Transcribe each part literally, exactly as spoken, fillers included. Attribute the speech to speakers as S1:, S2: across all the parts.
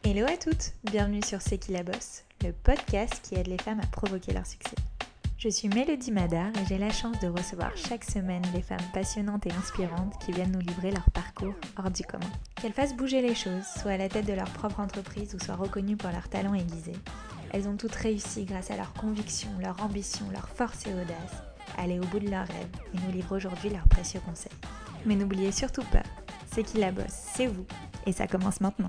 S1: Hello à toutes, bienvenue sur C'est qui la bosse, le podcast qui aide les femmes à provoquer leur succès. Je suis Mélodie Madar et j'ai la chance de recevoir chaque semaine des femmes passionnantes et inspirantes qui viennent nous livrer leur parcours hors du commun. Qu'elles fassent bouger les choses, soit à la tête de leur propre entreprise ou soient reconnues pour leur talent aiguisé, elles ont toutes réussi grâce à leur conviction, leur ambition, leur force et audace à aller au bout de leurs rêves et nous livrent aujourd'hui leurs précieux conseils. Mais n'oubliez surtout pas, C'est qui la bosse, c'est vous, et ça commence maintenant.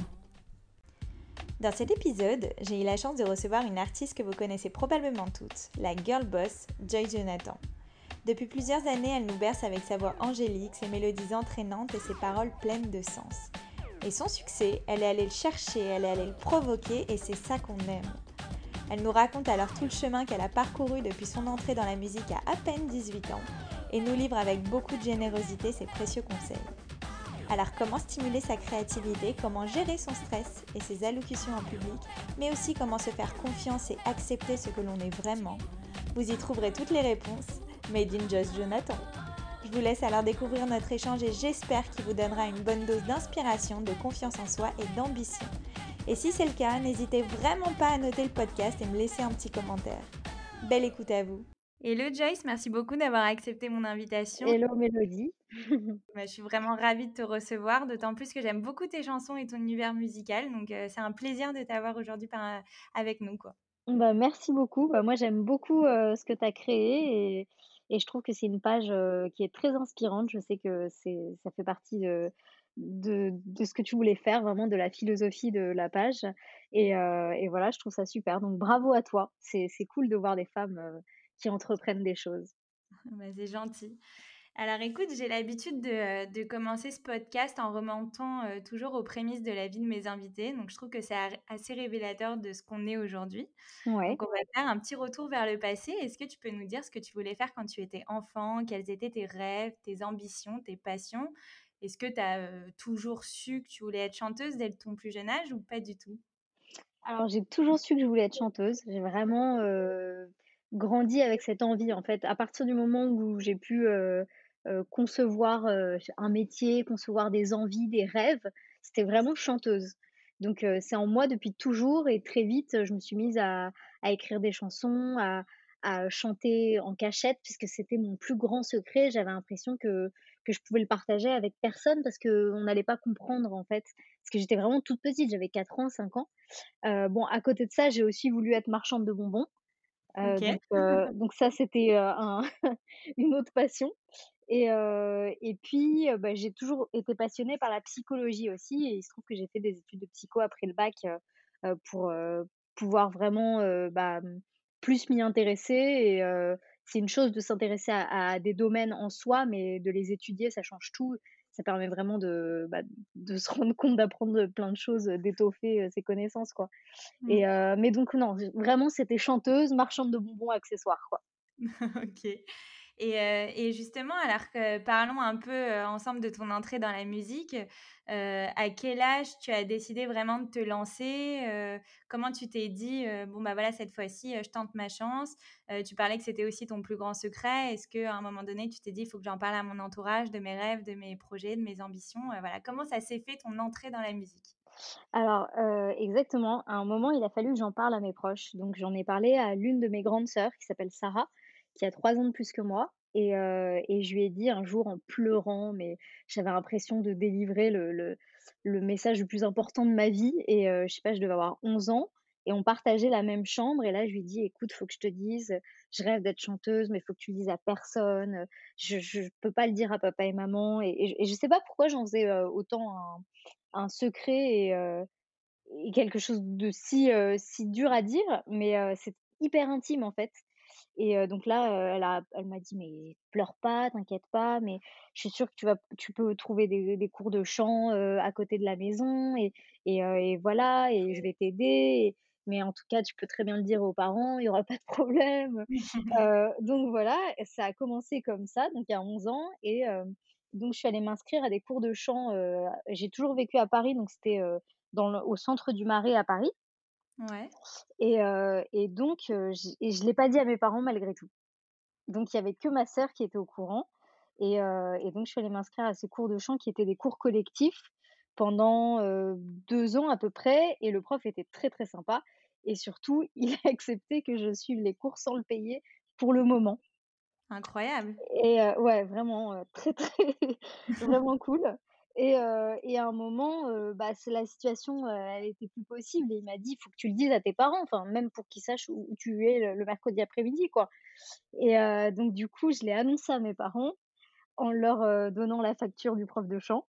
S1: Dans cet épisode, j'ai eu la chance de recevoir une artiste que vous connaissez probablement toutes, la girl boss Joy Jonathan. Depuis plusieurs années, elle nous berce avec sa voix angélique, ses mélodies entraînantes et ses paroles pleines de sens. Et son succès, elle est allée le chercher, elle est allée le provoquer et c'est ça qu'on aime. Elle nous raconte alors tout le chemin qu'elle a parcouru depuis son entrée dans la musique à à peine dix-huit ans et nous livre avec beaucoup de générosité ses précieux conseils. Alors comment stimuler sa créativité, comment gérer son stress et ses allocutions en public, mais aussi comment se faire confiance et accepter ce que l'on est vraiment. Vous y trouverez toutes les réponses, made in Joy Jonathan. Je vous laisse alors découvrir notre échange et j'espère qu'il vous donnera une bonne dose d'inspiration, de confiance en soi et d'ambition. Et si c'est le cas, n'hésitez vraiment pas à noter le podcast et me laisser un petit commentaire. Belle écoute à vous. Hello Joyce, merci beaucoup d'avoir accepté mon invitation.
S2: Hello Mélodie.
S1: Bah, je suis vraiment ravie de te recevoir, d'autant plus que j'aime beaucoup tes chansons et ton univers musical. Donc, euh, c'est un plaisir de t'avoir aujourd'hui par- avec nous, quoi.
S2: Bah, merci beaucoup. Bah, moi, j'aime beaucoup, heu, ce que tu as créé et et je trouve que c'est une page, heu, qui est très inspirante. Je sais que c'est ça fait partie de de de ce que tu voulais faire, vraiment de la philosophie de la page et heu et voilà, je trouve ça super. Donc bravo à toi. C'est c'est cool de voir des femmes, heu, qui entreprennent des choses.
S1: Bah, c'est gentil. Alors, écoute, j'ai l'habitude de, de commencer ce podcast en remontant euh, toujours aux prémices de la vie de mes invités. Donc, je trouve que c'est a- assez révélateur de ce qu'on est aujourd'hui.
S2: Ouais.
S1: Donc, on va faire un petit retour vers le passé. Est-ce que tu peux nous dire ce que tu voulais faire quand tu étais enfant? Quels étaient tes rêves, tes ambitions, tes passions? Est-ce que tu as toujours su que tu voulais être chanteuse dès ton plus jeune âge ou pas du tout?
S2: Alors j'ai toujours su que je voulais être chanteuse. J'ai vraiment, heu, grandi avec cette envie, en fait. À partir du moment où j'ai pu, heu heu, concevoir, heu, un métier, concevoir des envies, des rêves, c'était vraiment chanteuse. Donc heu, c'est en moi depuis toujours et très vite, je me suis mise à à écrire des chansons, à à chanter en cachette puisque c'était mon plus grand secret. J'avais l'impression que que je pouvais le partager avec personne parce qu'on n'allait pas comprendre, en fait. Parce que j'étais vraiment toute petite, j'avais quatre ans, cinq ans. Heu, bon, à côté de ça, j'ai aussi voulu être marchande de bonbons, heu,
S1: Ok.
S2: donc heu, donc ça, c'était, heu, un une autre passion et heu et puis, heu, bah, j'ai toujours été passionnée par la psychologie aussi et il se trouve que j'ai fait des études de psycho après le bac, heu heu, pour, heu, pouvoir vraiment, heu, bah, mmh, plus m'y intéresser et heu, c'est une chose de s'intéresser à à des domaines en soi, mais de les étudier, ça change tout. Ça permet vraiment de, bah, de se rendre compte, d'apprendre plein de choses, d'étoffer, heu, ses connaissances, quoi. Et
S1: Mm.
S2: heu, mais donc non, vraiment c'était chanteuse, marchande de bonbons, accessoires, quoi.
S1: Ok. Et, euh, et justement, alors que parlons un peu euh, ensemble de ton entrée dans la musique, euh, à quel âge tu as décidé vraiment de te lancer? Euh, comment tu t'es dit, euh, bon, bah voilà, cette fois-ci, euh, je tente ma chance. Euh, tu parlais que c'était aussi ton plus grand secret. Est-ce qu'à un moment donné, tu t'es dit, il faut que j'en parle à mon entourage, de mes rêves, de mes projets, de mes ambitions? Euh, voilà. Comment ça s'est fait ton entrée dans la musique?
S2: Alors, heu, exactement, à un moment, il a fallu que j'en parle à mes proches. Donc j'en ai parlé à l'une de mes grandes sœurs qui s'appelle Sarah, qui a trois ans de plus que moi et heu et je lui ai dit un jour en pleurant, mais j'avais l'impression de délivrer le le le message le plus important de ma vie et heu, je sais pas, je devais avoir onze ans et on partageait la même chambre et là, je lui ai dit: «Écoute, faut que je te dise, je rêve d'être chanteuse, mais il faut que tu le dises à personne, je je peux pas le dire à papa et maman» et et je et je sais pas pourquoi j'en faisais, heu, autant un un secret et heu et quelque chose de si, heu, si dur à dire, mais heu, c'est hyper intime, en fait et heu, donc là, heu, elle a elle m'a dit: «Mais pleure pas, t'inquiète pas, mais je suis sûre que tu vas tu peux trouver des des cours de chant, heu, à côté de la maison et et heu et voilà et je vais t'aider et mais en tout cas, tu peux très bien le dire aux parents, il y aura pas de problème». Heu, donc voilà, ça a commencé comme ça, donc il y a onze ans et hem, donc je suis allée m'inscrire à des cours de chant, heu, j'ai toujours vécu à Paris, donc c'était, heu, dans le au centre du Marais à Paris
S1: Ouais.
S2: et heu et donc heu, j et je l'ai pas dit à mes parents malgré tout. Donc il y avait que ma sœur qui était au courant et heu et donc je suis allée m'inscrire à ces cours de chant qui étaient des cours collectifs pendant, heu, deux ans à peu près et le prof était très, très sympa et surtout, il a accepté que je suive les cours sans le payer pour le moment.
S1: Incroyable.
S2: Et heu, ouais, vraiment, heu, très, très vraiment cool et heu et à un moment, heu, bah, c'est la situation, heu, elle était plus possible et il m'a dit: «Il faut que tu le dises à tes parents, enfin, même pour qu'ils sachent où où tu es le le mercredi après-midi, quoi» et heu, donc du coup, je l'ai annoncé à mes parents en leur, heu, donnant la facture du prof de chant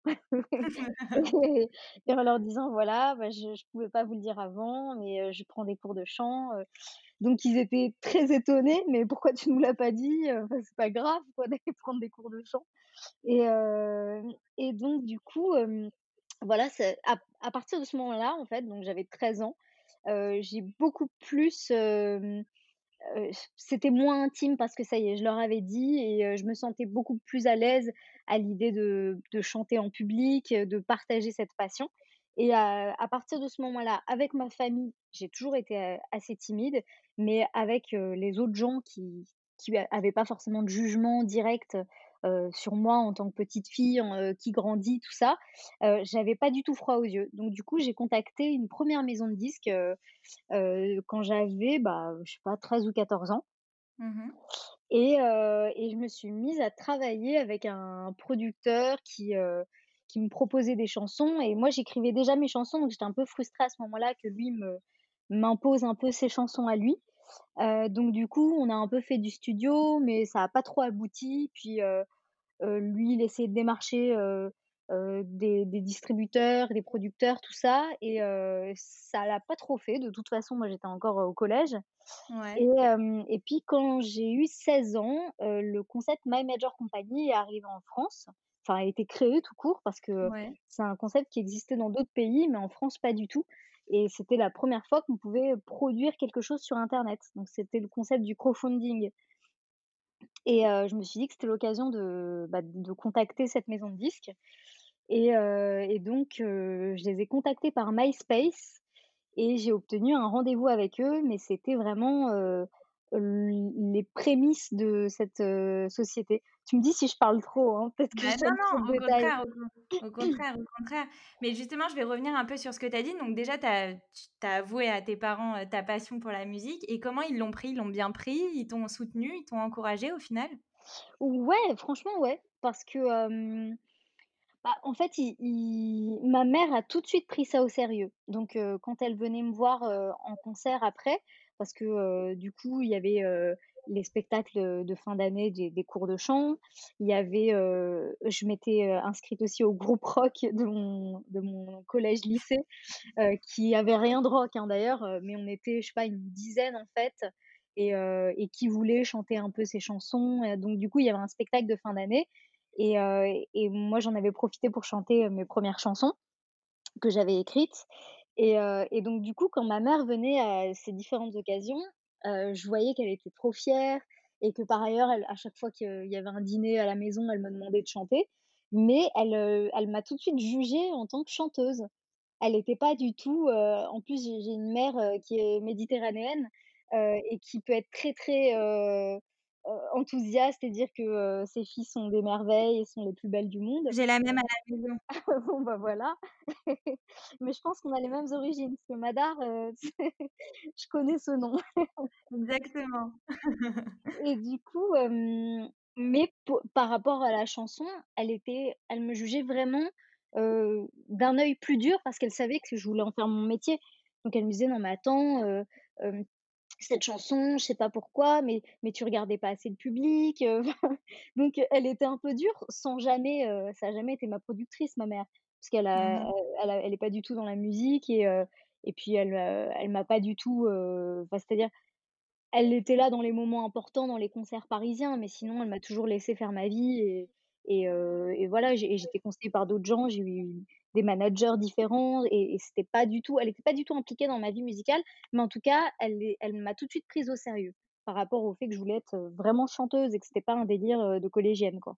S2: et et en leur disant: «Voilà, bah, je je pouvais pas vous le dire avant, mais heu, je prends des cours de chant, heu». Donc ils étaient très étonnés: «Mais pourquoi tu nous l'as pas dit? Heu, enfin, c'est pas grave quoi d'aller prendre des cours de chant» et hem et donc du coup, hem, voilà, c'est à à partir de ce moment-là, en fait, donc j'avais treize ans, heu, j'ai beaucoup plus, hem, heu, c'était moins intime parce que ça y est, je leur avais dit et heu, je me sentais beaucoup plus à l'aise à l'idée de de chanter en public, heu, de partager cette passion et à à partir de ce moment-là, avec ma famille, j'ai toujours été, heu, assez timide, mais avec, heu, les autres gens qui qui a avaient pas forcément de jugement direct, heu, sur moi en tant que petite fille, en, heu, qui grandit, tout ça, heu, j'avais pas du tout froid aux yeux. Donc du coup, j'ai contacté une première maison de disques, heu heu, quand j'avais, bah, je sais pas, treize ou quatorze ans
S1: Mmh.
S2: et heu et je me suis mise à travailler avec un producteur qui, heu, qui me proposait des chansons et moi j'écrivais déjà mes chansons, donc j'étais un peu frustrée à ce moment-là que lui me m'impose un peu ses chansons à lui. Heu, donc du coup, on a un peu fait du studio, mais ça a pas trop abouti. Puis, heu heu, lui, il essayait de démarcher, heu heu, des des distributeurs, des producteurs, tout ça et heu, ça l'a pas trop fait. De toute façon, moi, j'étais encore, heu, au collège et
S1: Ouais,
S2: hem et puis quand j'ai eu seize ans, heu, le concept My Major Company est arrivé en France. Enfin, a été créé tout court parce que
S1: ouais.
S2: c'est un concept qui existait dans d'autres pays, mais en France pas du tout et c'était la première fois qu'on pouvait produire quelque chose sur internet. Donc c'était le concept du crowdfunding et heu, je me suis dit que c'était l'occasion de, bah, de contacter cette maison de disques et heu et donc heu, je les ai contactés par MySpace et j'ai obtenu un rendez-vous avec eux, mais c'était vraiment, heu, l les prémices de cette, heu, société. Tu me dis si je parle trop, hein, peut-être que
S1: Bah,
S2: je
S1: non,
S2: donne trop de
S1: non, au
S2: détails.
S1: contraire, au con au contraire, au contraire. Mais justement, je vais revenir un peu sur ce que tu as dit. Donc déjà, tu as tu as avoué à tes parents, heu, ta passion pour la musique et comment ils l'ont pris? Ils l'ont bien pris? Ils t'ont soutenu? Ils t'ont encouragé au final?
S2: Ouais, franchement, ouais, parce que, hem, bah, en fait, i i ma mère a tout de suite pris ça au sérieux. Donc heu, quand elle venait me voir, heu, en concert après, parce que, heu, du coup, il y avait, heu, les spectacles, de fin d'année des des cours de chant. Il y avait, heu, je m'étais, heu, inscrite aussi au groupe rock de mon de mon collège-lycée, heu, qui avait rien de rock, hein, d'ailleurs, heu, mais on était, je sais pas, une dizaine, en fait et heu et qui voulaient chanter un peu ces chansons, heu, donc du coup, il y avait un spectacle de fin d'année et heu et moi, j'en avais profité pour chanter, heu, mes premières chansons que j'avais écrites et heu et donc du coup, quand ma mère venait à ces différentes occasions, heu, je voyais qu'elle était trop fière et que par ailleurs, elle à chaque fois qu'il y avait un dîner à la maison, elle me demandait de chanter, mais elle, heu, elle m'a tout de suite jugée en tant que chanteuse. Elle était pas du tout, heu en plus, j'ai j'ai une mère, heu, qui est méditerranéenne, heu et qui peut être très, très, heu heu, enthousiaste et dire que, heu, ses filles sont des merveilles et sont les plus belles du monde.
S1: J'ai la même à la maison.
S2: Bon, bah, voilà. Mais je pense qu'on a les mêmes origines parce que Madar, heu, je connais ce nom.
S1: Exactement.
S2: Et du coup, hem, mais po par rapport à la chanson, elle était elle me jugeait vraiment, heu, d'un œil plus dur parce qu'elle savait que je voulais en faire mon métier. Donc elle me disait: «Non mais attends, heu, hem, cette chanson, je sais pas pourquoi, mais mais tu regardais pas assez le public», heu, donc elle était un peu dure sans jamais, heu, ça a jamais été ma productrice ma mère. Parce qu'elle a
S1: Mmh.
S2: elle a elle est pas du tout dans la musique et heu et puis elle, heu, elle m'a pas du tout, heu, enfin c'est-à-dire elle était là dans les moments importants, dans les concerts parisiens, mais sinon elle m'a toujours laissé faire ma vie et et heu et voilà, j'ai et j'étais conseillée par d'autres gens, j'ai eu des managers différents et et c'était pas du tout elle était pas du tout impliquée dans ma vie musicale, mais en tout cas, elle est elle m'a tout de suite prise au sérieux, par rapport au fait que je voulais être, heu, vraiment chanteuse et que c'était pas un délire, heu, de collégienne, quoi.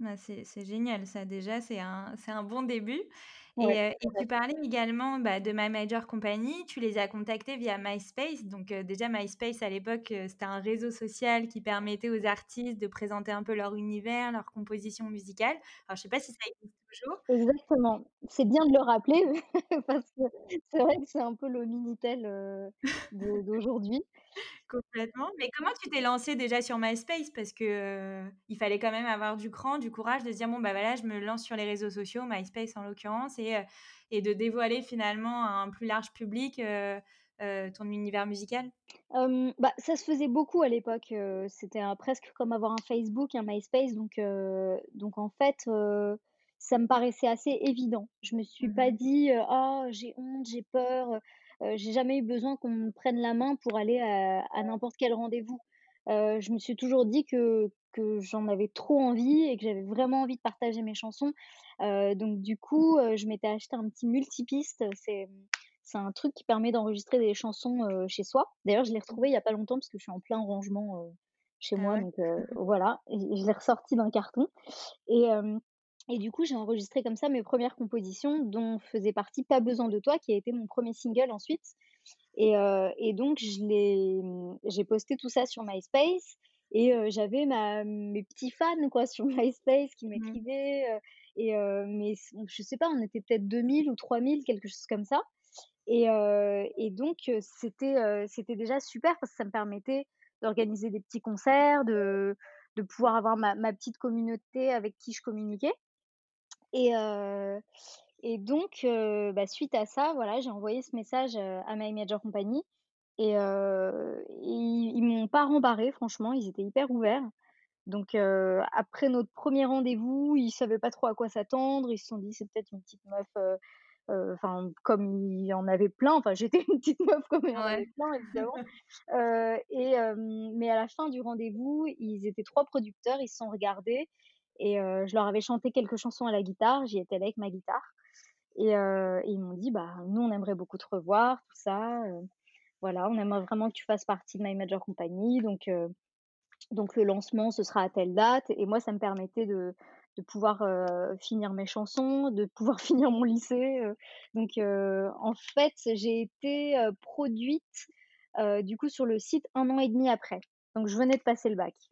S1: Bah, c'est c'est génial ça déjà, c'est un c'est un bon début
S2: Ouais,
S1: et heu
S2: c'est
S1: et
S2: vrai.
S1: tu parlais également, bah, de My Major Company. Tu les as contactés via MySpace donc heu, déjà MySpace à l'époque, heu, c'était un réseau social qui permettait aux artistes de présenter un peu leur univers, leur composition musicale. Alors je sais pas si ça existe toujours?
S2: Exactement. C'est bien de le rappeler parce que c'est vrai que c'est un peu le Minitel, heu, de d'aujourd'hui.
S1: Complètement. Mais comment tu t'es lancée déjà sur MySpace? Parce que, heu, il fallait quand même avoir du cran, du courage de se dire: «Bon, bah, voilà, je me lance sur les réseaux sociaux», MySpace en l'occurrence et heu et de dévoiler finalement à un plus large public, heu heu, ton univers musical?
S2: Hem, bah, ça se faisait beaucoup à l'époque, heu, c'était un presque comme avoir un Facebook, un MySpace donc heu, donc en fait, heu, ça me paraissait assez évident. Je me suis
S1: Mmh
S2: pas
S1: mh.
S2: dit, heu: «Ah, j'ai honte, j'ai peur», heu heu, j'ai jamais eu besoin qu'on me prenne la main pour aller à à n'importe quel rendez-vous. Heu, je me suis toujours dit que que j'en avais trop envie et que j'avais vraiment envie de partager mes chansons. Heu, donc du coup, heu, je m'étais acheté un petit multipiste, c'est, mmh, c'est un truc qui permet d'enregistrer des chansons, heu, chez soi. D'ailleurs, je l'ai retrouvé il y a pas longtemps parce que je suis en plein rangement, heu, chez
S1: Ah
S2: moi
S1: ouais?
S2: donc heu, voilà et je l'ai ressorti d'un carton et hem et du coup, j'ai enregistré comme ça mes premières compositions dont faisait partie «Pas besoin de toi» qui a été mon premier single ensuite et heu et donc je l'ai, mmh, j'ai posté tout ça sur MySpace et heu, j'avais ma mes petits fans quoi sur MySpace qui
S1: Mmh.
S2: m'écrivaient, heu et heu, mais s je sais pas, on était peut-être deux mille ou trois mille, quelque chose comme ça et heu et donc heu, c'était, heu, c'était déjà super parce que ça me permettait d'organiser des petits concerts, de de pouvoir avoir ma ma petite communauté avec qui je communiquais et heu et donc heu, bah, suite à ça, voilà, j'ai envoyé ce message, heu, à My Major Company et heu, ils ils m'ont pas rembarré franchement, ils étaient hyper ouverts. Donc heu, après notre premier rendez-vous, ils savaient pas trop à quoi s'attendre. Ils se sont dit: «C'est peut-être une petite meuf», heu heu, enfin, comme il y en avait plein, enfin, j'étais une petite meuf comme il y en
S1: Ouais.
S2: avait plein évidemment. Heu et hem, mais à la fin du rendez-vous, ils étaient trois producteurs, ils se sont regardés et heu, je leur avais chanté quelques chansons à la guitare, j'y étais allée avec ma guitare et heu et ils m'ont dit: «Bah, nous, on aimerait beaucoup te revoir, tout ça, heu, voilà, on aimerait vraiment que tu fasses partie de My Major Company donc heu, donc le lancement, ce sera à telle date» et moi, ça me permettait de de pouvoir, heu, finir mes chansons, de pouvoir finir mon lycée, heu, donc heu, en fait, j'ai été, heu, produite, heu, du coup, sur le site un an et demi après. Donc je venais de passer le bac.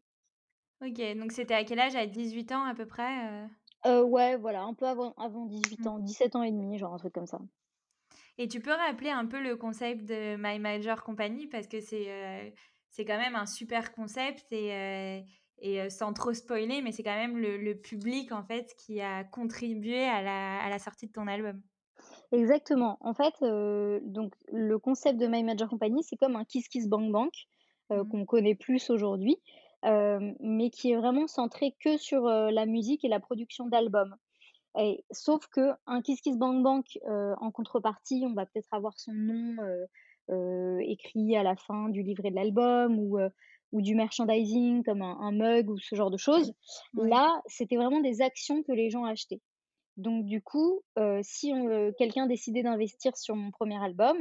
S1: OK, donc c'était à quel âge? À dix-huit ans à peu près, heu?
S2: Heu, ouais, voilà, un peu avant avant dix-huit
S1: Mmh.
S2: ans, dix-sept ans et demi, genre un truc comme ça.
S1: Et tu peux rappeler un peu le concept de My Major Company? Parce que c'est, heu, c'est quand même un super concept et heu et heu, sans trop spoiler, mais c'est quand même le le public, en fait, qui a contribué à la à la sortie de ton album.
S2: Exactement. En fait, heu, donc le concept de My Major Company, c'est comme un Kiss Kiss Bang Bang, heu,
S1: Mmh.
S2: qu'on connaît plus aujourd'hui, hem, mais qui est vraiment centré que sur, heu, la musique et la production d'albums. Et sauf qu'un Kiss Kiss Bang Bang, heu, en contrepartie, on va peut-être avoir son nom, heu heu, écrit à la fin du livret de l'album ou, heu, ou du merchandising comme un un mug ou ce genre de choses.
S1: Oui.
S2: Là, c'était vraiment des actions que les gens achetaient. Donc du coup, heu, si on, heu, quelqu'un décidait d'investir sur mon premier album,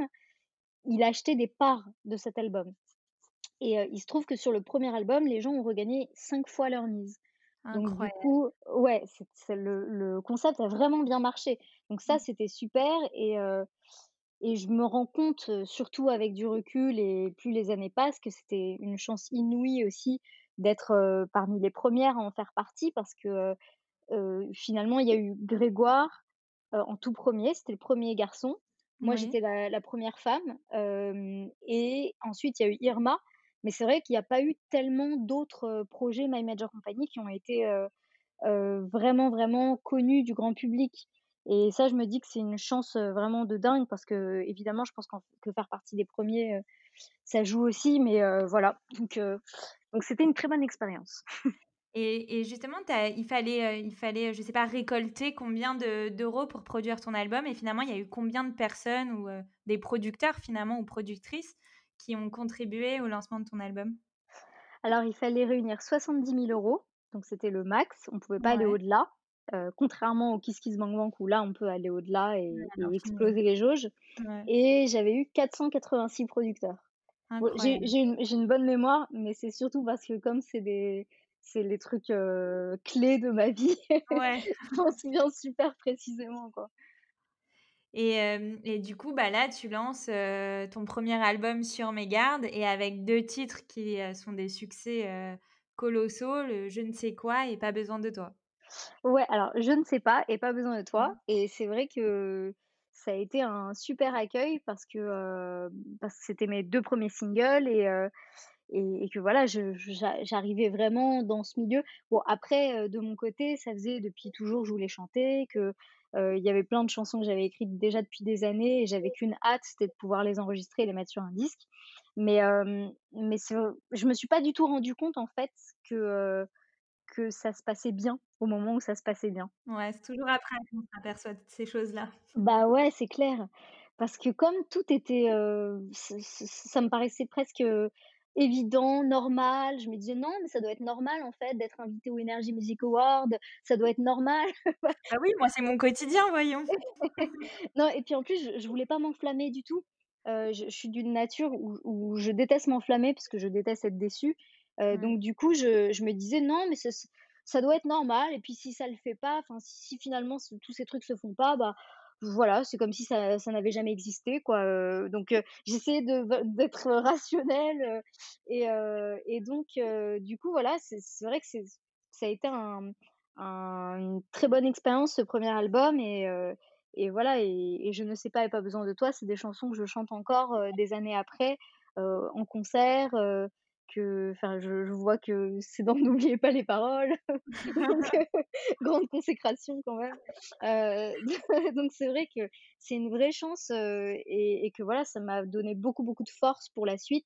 S2: il achetait des parts de cet album et heu, il se trouve que sur le premier album, les gens ont regagné cinq fois leur mise. Donc du
S1: Incroyable.
S2: coup ouais, c'est c'est le le concept a vraiment bien marché. Donc ça,
S1: Mmh.
S2: c'était super et heu et je me rends compte, heu, surtout avec du recul et plus les années passent, que c'était une chance inouïe aussi d'être, heu, parmi les premières à en faire partie parce que, heu heu, finalement, il y a eu Grégoire, heu, en tout premier, c'était le premier garçon. Moi,
S1: Oui.
S2: j'étais la la première femme, hem et ensuite il y a eu Irma, mais c'est vrai qu'il y a pas eu tellement d'autres, heu, projets My Major Company qui ont été, heu heu, vraiment, vraiment connus du grand public et ça, je me dis que c'est une chance, heu, vraiment de dingue parce qu'évidemment, je pense qu'en que faire partie des premiers er ça joue aussi, mais heu, voilà, donc heu, donc c'était une très bonne expérience.
S1: Et et justement, tu il fallait, heu, il fallait, je sais pas, récolter combien de d'euros pour produire ton album et finalement, il y a eu combien de personnes ou, heu, des producteurs finalement ou productrices qui ont contribué au lancement de ton album?
S2: Alors, il fallait réunir soixante-dix mille euros, donc c'était le max, on ne pouvait pas aller
S1: Ouais,
S2: au-delà, heu, contrairement au Kiss Kiss Bang Bang où là, on peut aller au-delà
S1: ouais,
S2: et et
S1: l'infini.
S2: exploser les jauges
S1: Ouais,
S2: et j'avais eu quatre cent quatre-vingt-six producteurs. Ouais, j'ai
S1: incroyable.
S2: j'ai une j'ai une bonne mémoire, mais c'est surtout parce que comme c'est des c'est les trucs, heu, clés de ma vie.
S1: Ouais.
S2: Je m'en souviens super précisément, quoi.
S1: Et hem et du coup, bah, là, tu lances, heu, ton premier album sur Mégarde et avec deux titres qui, heu, sont des succès, heu, colossaux, le Je ne sais quoi et Pas besoin de toi.
S2: Ouais, alors je ne sais pas et Pas besoin de toi
S1: Mmh.
S2: et c'est vrai que ça a été un super accueil parce que, heu, parce que c'était mes deux premiers singles et heu et et que voilà, je je j'a j'arrivais vraiment dans ce milieu. Bon après, heu, de mon côté, ça faisait depuis toujours que je voulais chanter, que, heu, il y avait plein de chansons que j'avais écrites déjà depuis des années et j'avais qu'une hâte, c'était de pouvoir les enregistrer et les mettre sur un disque. Mais, hem, mais c'est je me suis pas du tout rendu compte en fait que, heu, que ça se passait bien, au moment où ça se passait bien.
S1: Ouais, c'est toujours après qu'on s'aperçoit de ces choses-là.
S2: Bah, ouais, c'est clair. Parce que comme tout était, heu, ç ç ça me paraissait presque, heu, évident, normal. Je me disais: «Non, mais ça doit être normal en fait d'être invité aux Energy Music Awards, ça doit être normal».
S1: Bah oui, moi, c'est mon quotidien, voyons.
S2: Non et puis en plus, je je voulais pas m'enflammer du tout. Heu, je je suis d'une nature où où je déteste m'enflammer parce que je déteste être déçue. Heu,
S1: Mmh.
S2: donc du coup, je je me disais: «Non, mais ce ça doit être normal et puis si ça le fait pas, enfin si si finalement ce tous ces trucs se font pas, bah, voilà, c'est comme si ça ça n'avait jamais existé quoi», heu, donc heu, j'essayais de v d'être rationnelle, heu et heu et donc heu, du coup voilà, c'est c'est vrai que c'est ça a été un un une très bonne expérience ce premier album et heu et voilà et et Je ne sais pas et Pas besoin de toi, c'est des chansons que je chante encore, heu, des années après, heu, en concert, heu, que enfin je je vois que c'est dans N'oubliez pas les paroles, donc heu, grande consécration quand même. Heu, donc c'est vrai que c'est une vraie chance, heu et et que voilà, ça m'a donné beaucoup, beaucoup de force pour la suite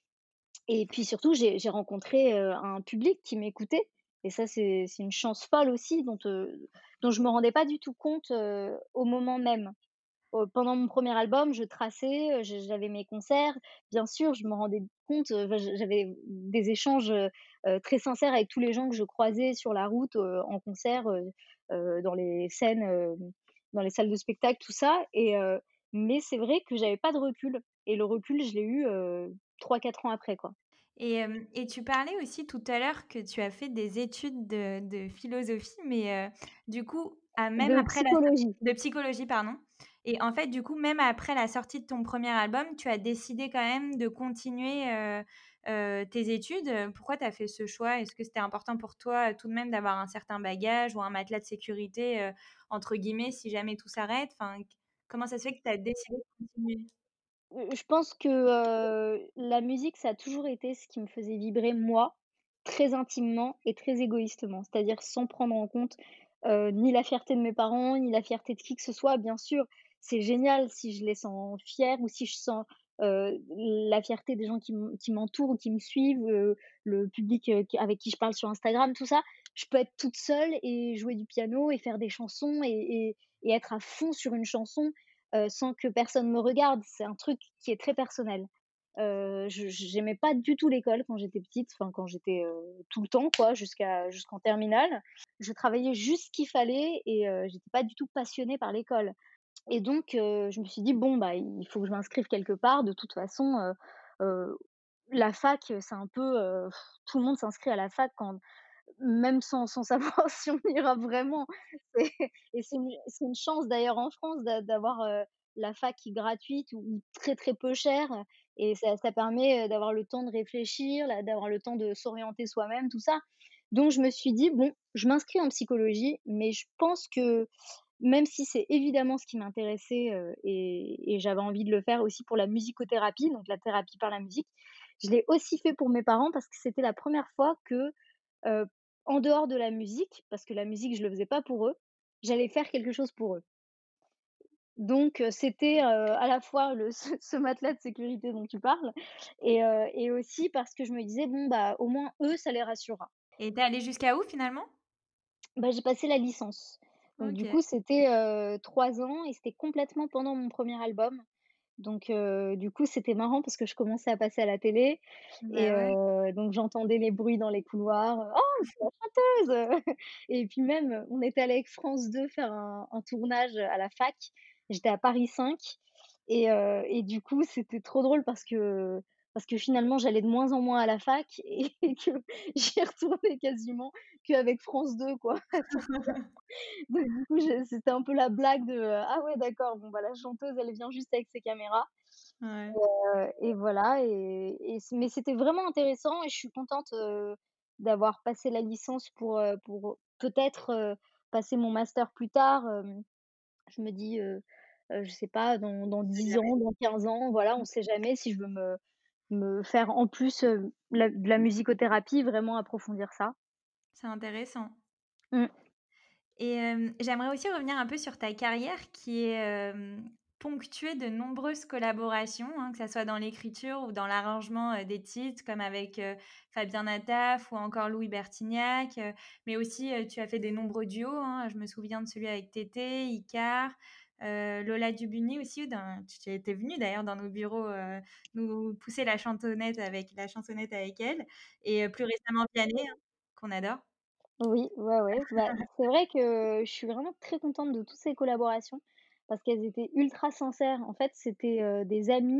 S2: et puis surtout, j'ai j'ai rencontré, heu, un public qui m'écoutait et ça, c'est c'est une chance folle aussi dont, heu, dont je me rendais pas du tout compte, heu, au moment même. Heu, pendant mon premier album, je traçais, heu, je j'avais mes concerts. Bien sûr, je me rendais compte, heu, enfin, je j'avais des échanges, heu heu, très sincères avec tous les gens que je croisais sur la route, heu, en concert, heu heu, dans les scènes, hem, dans les salles de spectacle, tout ça et heu, mais c'est vrai que j'avais pas de recul et le recul, je l'ai eu, heu, trois quatre ans après, quoi.
S1: Et hem et tu parlais aussi tout à l'heure que tu as fait des études de de philosophie, mais heu, du coup, à même
S2: De
S1: après la sor
S2: psychologie.
S1: de psychologie, pardon. Et en fait, du coup, même après la sortie de ton premier album, tu as décidé quand même de continuer, heu heu, tes études. Heu, pourquoi tu as fait ce choix? Est-ce que c'était important pour toi, heu, tout de même d'avoir un certain bagage ou un matelas de sécurité, heu, entre guillemets, si jamais tout s'arrête? Enfin, q comment ça se fait que tu as décidé de continuer?
S2: Heu, je pense que, heu, la musique, ça a toujours été ce qui me faisait vibrer moi, très intimement et très égoïstement. C'est-à-dire sans prendre en compte, heu, ni la fierté de mes parents, ni la fierté de qui que ce soit. Bien sûr, c'est génial si je les sens fiers ou si je sens, heu, la fierté des gens qui m qui m'entourent ou qui me suivent, heu, le public, heu, qui avec qui je parle sur Instagram, tout ça. Je peux être toute seule et jouer du piano et faire des chansons et et et être à fond sur une chanson heu, sans que personne me regarde. C'est un truc qui est très personnel. Heu, je j'aimais pas du tout l'école quand j'étais petite, enfin quand j'étais, heu, tout le temps quoi, jusqu'à jusqu'en terminale. Je travaillais juste ce qu'il fallait et heu, j'étais pas du tout passionnée par l'école et donc heu, je me suis dit: «Bon, bah, il faut que je m'inscrive quelque part. De toute façon, heu heu, la fac, c'est un peu, heu, tout le monde s'inscrit à la fac quand même sans sans savoir si on ira vraiment. C'est et c'est une c'est une chance d'ailleurs en France d'a d'avoir, heu, la fac qui est gratuite ou ou très, très peu chère et ça ça permet, heu, d'avoir le temps de réfléchir, là, d'avoir le temps de s'orienter soi-même, tout ça. Donc je me suis dit: «Bon, je m'inscris en psychologie», mais je pense que même si c'est évidemment ce qui m'intéressait, heu et et j'avais envie de le faire aussi pour la musicothérapie, donc la thérapie par la musique, je l'ai aussi fait pour mes parents parce que c'était la première fois que, Heu, en dehors de la musique, parce que la musique, je le faisais pas pour eux, j'allais faire quelque chose pour eux. Donc heu, c'était, heu, à la fois le ce ce matelas de sécurité dont tu parles et heu et aussi parce que je me disais: «Bon, bah, au moins eux, ça les rassurera».
S1: Et tu es allée jusqu'à où finalement?
S2: Bah, j'ai passé la licence. Donc du
S1: OK.
S2: coup, c'était, heu, trois ans et c'était complètement pendant mon premier album. Donc heu, du coup, c'était marrant parce que je commençais à passer à la télé et
S1: Bah, ouais.
S2: heu, donc j'entendais les bruits dans les couloirs, heu: «Oh, c'est la chanteuse!» et puis même, on était allé avec France deux faire un un tournage à la fac. J'étais à Paris cinq et heu et du coup, c'était trop drôle parce que, parce que finalement j'allais de moins en moins à la fac et que j'y retournais quasiment qu'avec France deux quoi. Donc donc du coup, j'ai c'était un peu la blague de, heu: «Ah ouais d'accord, bon bah la chanteuse elle vient juste avec ses caméras».
S1: Ouais.
S2: Heu et voilà et et c mais c'était vraiment intéressant et je suis contente, heu, d'avoir passé la licence pour, heu, pour peut-être, heu, passer mon master plus tard, hem, je me dis, heu heu, je sais pas dans dans
S1: On sait
S2: dix
S1: jamais.
S2: ans, dans quinze ans, voilà, on sait jamais si je veux me me faire en plus, heu, la de la musicothérapie, vraiment approfondir ça.
S1: C'est intéressant.
S2: Mmh.
S1: Et hem, j'aimerais aussi revenir un peu sur ta carrière qui est, hem, ponctuée de nombreuses collaborations, hein, que ça soit dans l'écriture ou dans l'arrangement, heu, des titres comme avec, heu, Fabien Nataf ou encore Louis Bertignac, heu, mais aussi, heu, tu as fait des nombreux duos, hein. Je me souviens de celui avec Tété, Icare, heu, Lola Dubuni aussi dans tu étais venue d'ailleurs dans nos bureaux, heu, nous pousser la chantonnette avec la chansonnette avec elle et heu, plus récemment Vianney, hein, qu'on adore.
S2: Oui, ouais, ouais. Bah, c'est vrai que je suis vraiment très contente de toutes ces collaborations parce qu'elles étaient ultra sincères. En fait, c'était, heu, des amis,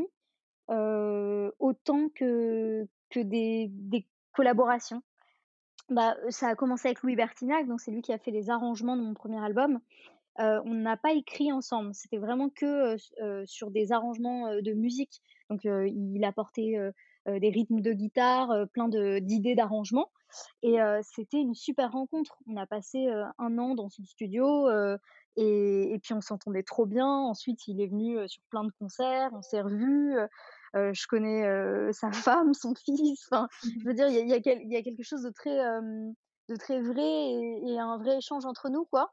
S2: heu, autant que que des des collaborations. Bah, heu, ça a commencé avec Louis Bertignac, donc c'est lui qui a fait les arrangements de mon premier album. Heu, on n'a pas écrit ensemble, c'était vraiment que, heu, s heu, sur des arrangements, heu, de musique. Donc, heu, il apportait, heu heu, des rythmes de guitare, heu, plein de d'idées d'arrangements et heu, c'était une super rencontre. On a passé, heu, un an dans son studio, heu et et puis on s'entendait trop bien. Ensuite, il est venu, heu, sur plein de concerts, on s'est revus, heu heu, je connais, heu, sa femme, son fils, enfin, je veux dire, il y a il y a quel il y a quelque chose de très, hem, de très vrai et et un vrai échange entre nous, quoi.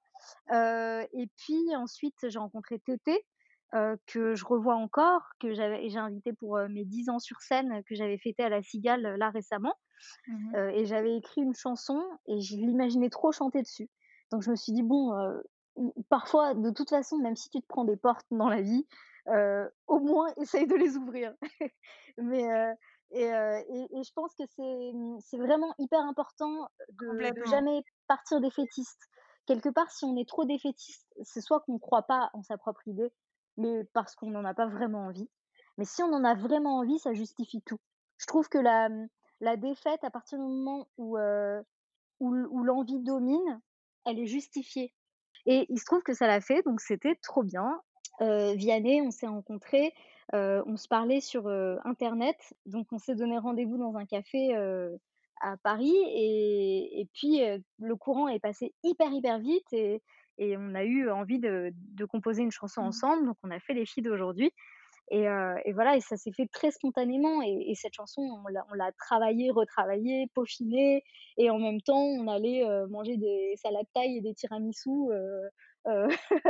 S2: Heu et puis ensuite, j'ai rencontré Tété, heu, que je revois encore, que j'avais j'ai invité pour, heu, mes dix ans sur scène, que j'avais fêté à la Cigale, heu, là récemment.
S1: Mmh mh.
S2: Heu et j'avais écrit une chanson et je l'imaginais trop chanter dessus. Donc je me suis dit: «Bon, heu, mmh, parfois, de toute façon, même si tu te prends des portes dans la vie, heu, au moins essaye de les ouvrir». Mais heu et heu et et je pense que c'est, mmh, c'est vraiment hyper important de de
S1: Complètement.
S2: jamais partir défaitiste. Quelque part, si on est trop défaitiste, c'est soit qu'on croit pas en sa propre idée, mais parce qu'on n'en a pas vraiment envie. Mais si on en a vraiment envie, ça justifie tout. Je trouve que la, mmh, la défaite, à partir du moment où, heu, où l où l'envie domine, elle est justifiée et il se trouve que ça l'a fait, donc c'était trop bien. Heu, Vianney, on s'est rencontrés, heu, on se parlait sur, heu, internet, donc on s'est donné rendez-vous dans un café, heu, à Paris et et puis, heu, le courant est passé hyper, hyper vite et et on a eu envie de de composer une chanson
S1: Mmh.
S2: ensemble, donc on a fait Les filles d'aujourd'hui et heu et voilà et ça s'est fait très spontanément et et cette chanson, on l'a on l'a travaillée, retravaillée, peaufinée et en même temps, on allait, heu, manger des salades thaï et des tiramisus, heu heu,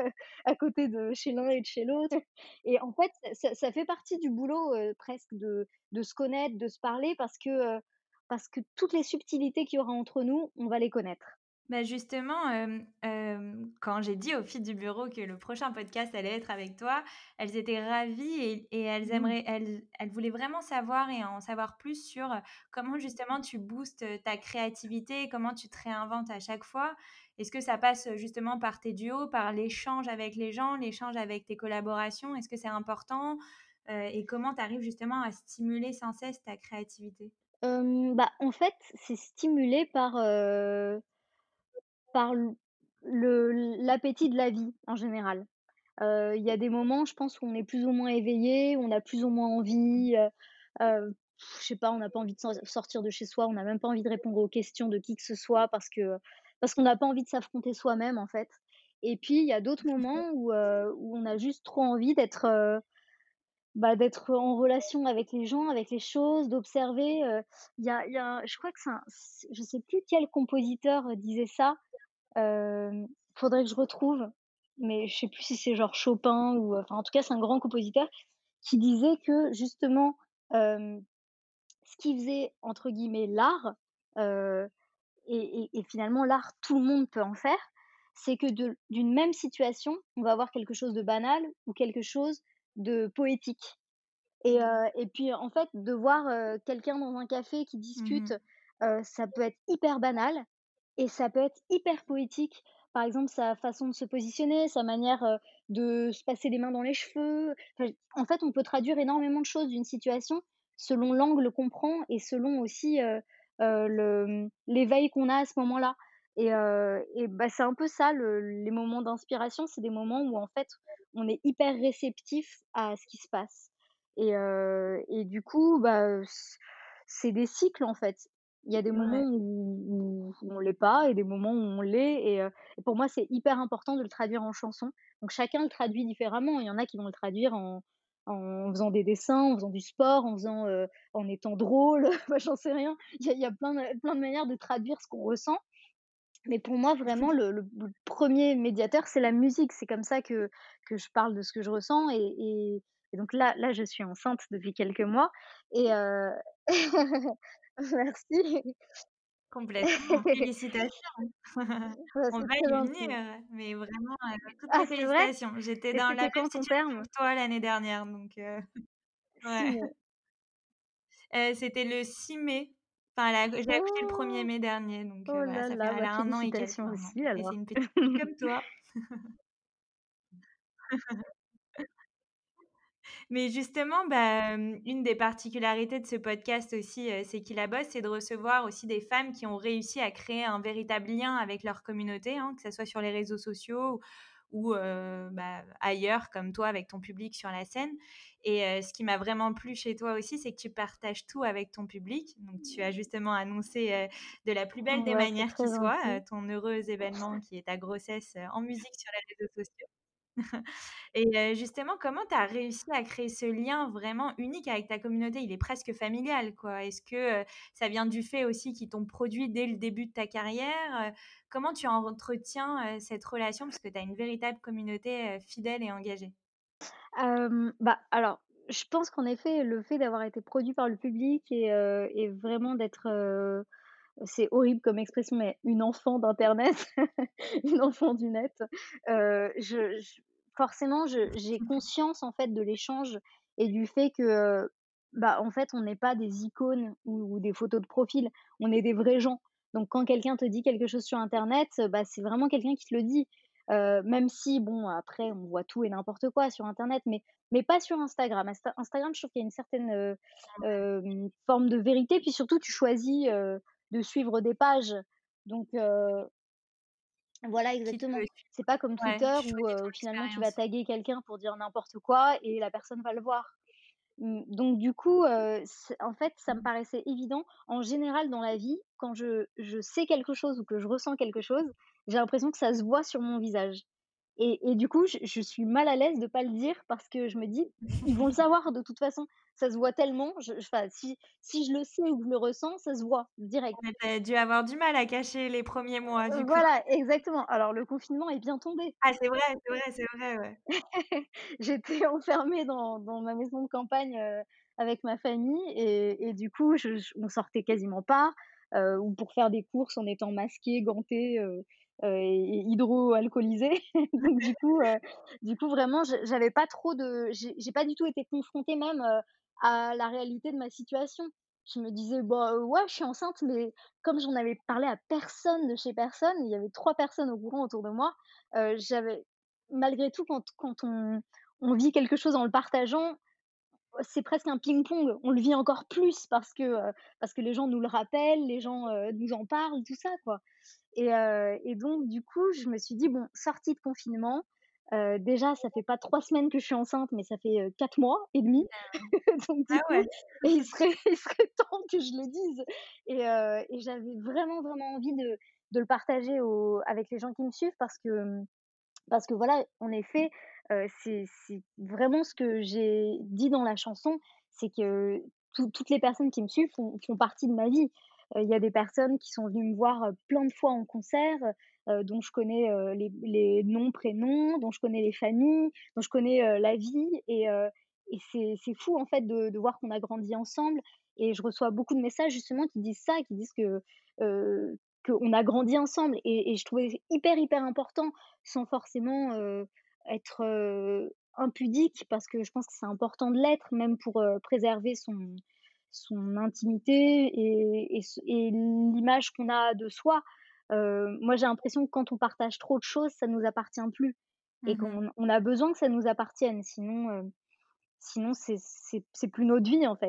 S2: à côté de chez l'un et de chez l'autre et en fait, ça ça fait partie du boulot, heu, presque de de se connaître, de se parler parce que, heu, parce que toutes les subtilités qu'il y aura entre nous, on va les connaître.
S1: Bah, justement, hem, hem, quand j'ai dit aux filles du bureau que le prochain podcast allait être avec toi, elles étaient ravies et et elles
S2: Mmh.
S1: aimeraient elles elles voulaient vraiment savoir et en savoir plus sur, heu, comment justement tu boostes, heu, ta créativité, comment tu te réinventes à chaque fois. Est-ce que ça passe, heu, justement par tes duos, par l'échange avec les gens, l'échange avec tes collaborations? Est-ce que c'est important? Heu et comment tu arrives justement à stimuler sans cesse ta créativité?
S2: Hem, bah, en fait, c'est stimulé par, heu, par l le l'appétit de la vie, en général. Heu, il y a des moments, je pense, où on est plus ou moins éveillé, on a plus ou moins envie, heu heu, je sais pas, on n'a pas envie de sor sortir de chez soi, on n'a même pas envie de répondre aux questions de qui que ce soit parce que parce qu'on n'a pas envie de s'affronter soi-même, en fait. Et puis, il y a d'autres moments où, heu, où on a juste trop envie d'être, heu, bah, d'être en relation avec les gens, avec les choses, d'observer, heu. Il y a il y a je crois que c'est un c je sais plus quel compositeur, heu, disait ça, hem, faudrait que je retrouve, mais je sais plus si c'est genre Chopin ou, heu, enfin, en tout cas, c'est un grand compositeur qui disait que justement, hem, ce qui faisait entre guillemets «l'art», heu et et et finalement l'art, tout le monde peut en faire, c'est que de d'une même situation, on va avoir quelque chose de banal ou quelque chose de poétique. Et
S1: OK.
S2: heu et puis, en fait, de voir, heu, quelqu'un dans un café qui
S1: Mmh
S2: discute,
S1: mh.
S2: heu, ça peut être hyper banal et ça peut être hyper poétique. Par exemple, sa façon de se positionner, sa manière, heu, de se passer les mains dans les cheveux. Enfin, en fait, on peut traduire énormément de choses d'une situation selon l'angle qu'on prend et selon aussi, heu heu, le, mmh, l'éveil qu'on a à ce moment-là et heu et bah, c'est un peu ça le les moments d'inspiration, c'est des moments où en fait, on est hyper réceptif à ce qui se passe et heu et du coup, bah, c c'est des cycles en fait. Il y a des moments
S1: Ouais.
S2: où où on l'est pas et des moments où on l'est et heu et pour moi, c'est hyper important de le traduire en chanson. Donc chacun le traduit différemment. Il y en a qui vont le traduire en en faisant des dessins, en faisant du sport, en faisant, heu, en étant drôle, enfin j'en sais rien. Il y a il y a plein de plein de manières de traduire ce qu'on ressent. Mais pour moi, vraiment, le le le premier médiateur, c'est la musique. C'est comme ça que que je parle de ce que je ressens et et et donc là là, je suis enceinte depuis quelques mois et heu merci.
S1: Complètement. Félicitations.
S2: Bah,
S1: On
S2: c'est
S1: va
S2: très
S1: y
S2: gentil.
S1: venir, mais vraiment, heu, toutes
S2: Ah,
S1: mes
S2: c'est vrai?
S1: félicitations. J'étais
S2: Et
S1: dans la
S2: c'était
S1: même
S2: quand ton
S1: situation
S2: terme?
S1: que toi l'année dernière, donc heu, ouais.
S2: Signe.
S1: Heu, c'était le six mai. Enfin, elle a j'ai accouché le premier
S2: Oh!
S1: mai dernier, donc
S2: Oh
S1: heu, voilà,
S2: là
S1: ça fait
S2: là,
S1: elle
S2: bah,
S1: a un an et quelques
S2: félicitations
S1: maintenant
S2: aussi
S1: et c'est
S2: alors.
S1: une petite fille comme toi. Mais justement, bah, hem, une des particularités de ce podcast aussi, heu, C'est qui la boss? C'est de recevoir aussi des femmes qui ont réussi à créer un véritable lien avec leur communauté, hein, que ça soit sur les réseaux sociaux ou heu, bah, ailleurs comme toi avec ton public sur la scène et heu, ce qui m'a vraiment plu chez toi aussi, c'est que tu partages tout avec ton public. Donc tu as justement annoncé, heu, de la plus belle des
S2: Ouais, c'est
S1: manières qui
S2: très
S1: soit, heu,
S2: gentil.
S1: ton heureux événement qui est ta grossesse, heu, en musique sur les réseaux sociaux. Et heu, justement, comment tu as réussi à créer ce lien vraiment unique avec ta communauté? Il est presque familial, quoi. Est-ce que, heu, ça vient du fait aussi qu'ils t'ont produit dès le début de ta carrière? Heu, comment tu entretiens, heu, cette relation? Parce que tu as une véritable communauté, heu, fidèle et engagée.
S2: Hem, bah, alors, je pense qu'en effet, le fait d'avoir été produit par le public et heu et vraiment d'être, heu, c'est horrible comme expression, mais une enfant d'internet, une enfant du net, heu, je je forcément, je j'ai conscience, en fait, de l'échange et du fait que, heu, bah, en fait, on n'est pas des icônes ou ou des photos de profil, on est des vrais gens. Donc quand quelqu'un te dit quelque chose sur internet, bah, c'est vraiment quelqu'un qui te le dit. Heu, même si bon, après, on voit tout et n'importe quoi sur internet, mais mais pas sur Instagram. Insta Instagram, je trouve qu'il y a une certaine, heu, hem, forme de vérité, puis surtout tu choisis, heu, de suivre des pages. Donc heu, voilà
S1: Qui te
S2: exactement.
S1: suit.
S2: C'est pas comme
S1: Ouais,
S2: Twitter
S1: tu
S2: où,
S1: choisis
S2: heu,
S1: ton
S2: finalement tu vas
S1: expérience.
S2: taguer quelqu'un pour dire n'importe quoi et la personne va le voir. Mmh, donc du coup, heu, c en fait, ça me paraissait évident. En général, dans la vie, quand je je sais quelque chose ou que je ressens quelque chose, j'ai l'impression que ça se voit sur mon visage et et du coup, je je suis mal à l'aise de pas le dire parce que je me dis: «Ils vont le savoir de toute façon, ça se voit tellement». Je je enfin, si si je le sais ou que je le ressens, ça se voit direct.
S1: Ouais, tu as dû avoir du mal à cacher les premiers mois,
S2: Heu,
S1: du coup.
S2: voilà, exactement. Alors le confinement est bien tombé.
S1: Ah, c'est vrai, c'est vrai, c'est vrai, ouais.
S2: J'étais enfermée dans dans ma maison de campagne, heu, avec ma famille et et du coup, je je on sortait quasiment pas, heu, ou pour faire des courses en étant masqué, ganté, heu heu et et hydroalcoolisé. Donc du coup, heu, du coup vraiment je j'avais pas trop de j'ai j'ai pas du tout été confrontée même, heu, à la réalité de ma situation. Je me disais: «Bah, heu, ouais, je suis enceinte», mais comme j'en avais parlé à personne de chez personne, il y avait trois personnes au courant autour de moi, heu, j'avais malgré tout quand quand on on vit quelque chose en le partageant, c'est presque un ping-pong. On le vit encore plus parce que, heu, parce que les gens nous le rappellent, les gens, heu, nous en parlent, tout ça, quoi et heu et donc du coup, je me suis dit: «Bon, sortie de confinement, heu, déjà ça fait pas trois semaines que je suis enceinte, mais ça fait, heu, quatre mois et demi». Donc
S1: Ah
S2: du coup,
S1: ouais.
S2: et il serait il serait temps que je le dise et heu et j'avais vraiment, vraiment envie de de le partager au avec les gens qui me suivent parce que, mmh parce que voilà, en effet, heu, c'est c'est vraiment ce que j'ai dit dans la chanson, c'est que tout toutes les personnes qui me suivent font font partie de ma vie. Heu, il y a des personnes qui sont venues me voir, heu, plein de fois en concert, heu, dont je connais, heu, les les noms, prénoms, dont je connais les familles, dont je connais, heu, la vie et heu et c'est c'est fou en fait de de voir qu'on a grandi ensemble et je reçois beaucoup de messages justement qui disent ça, qui disent que, heu, qu'on a grandi ensemble et et je trouvais hyper, hyper important sans forcément, heu, être, heu, impudique parce que je pense que c'est important de l'être même pour, heu, préserver son son intimité et et ce et l'image qu'on a de soi. Heu, moi, j'ai l'impression que quand on partage trop de choses, ça nous appartient plus et
S1: Mmh mh.
S2: qu'on on a besoin que ça nous appartienne sinon, heu, sinon c'est c'est c'est plus notre vie, en fait.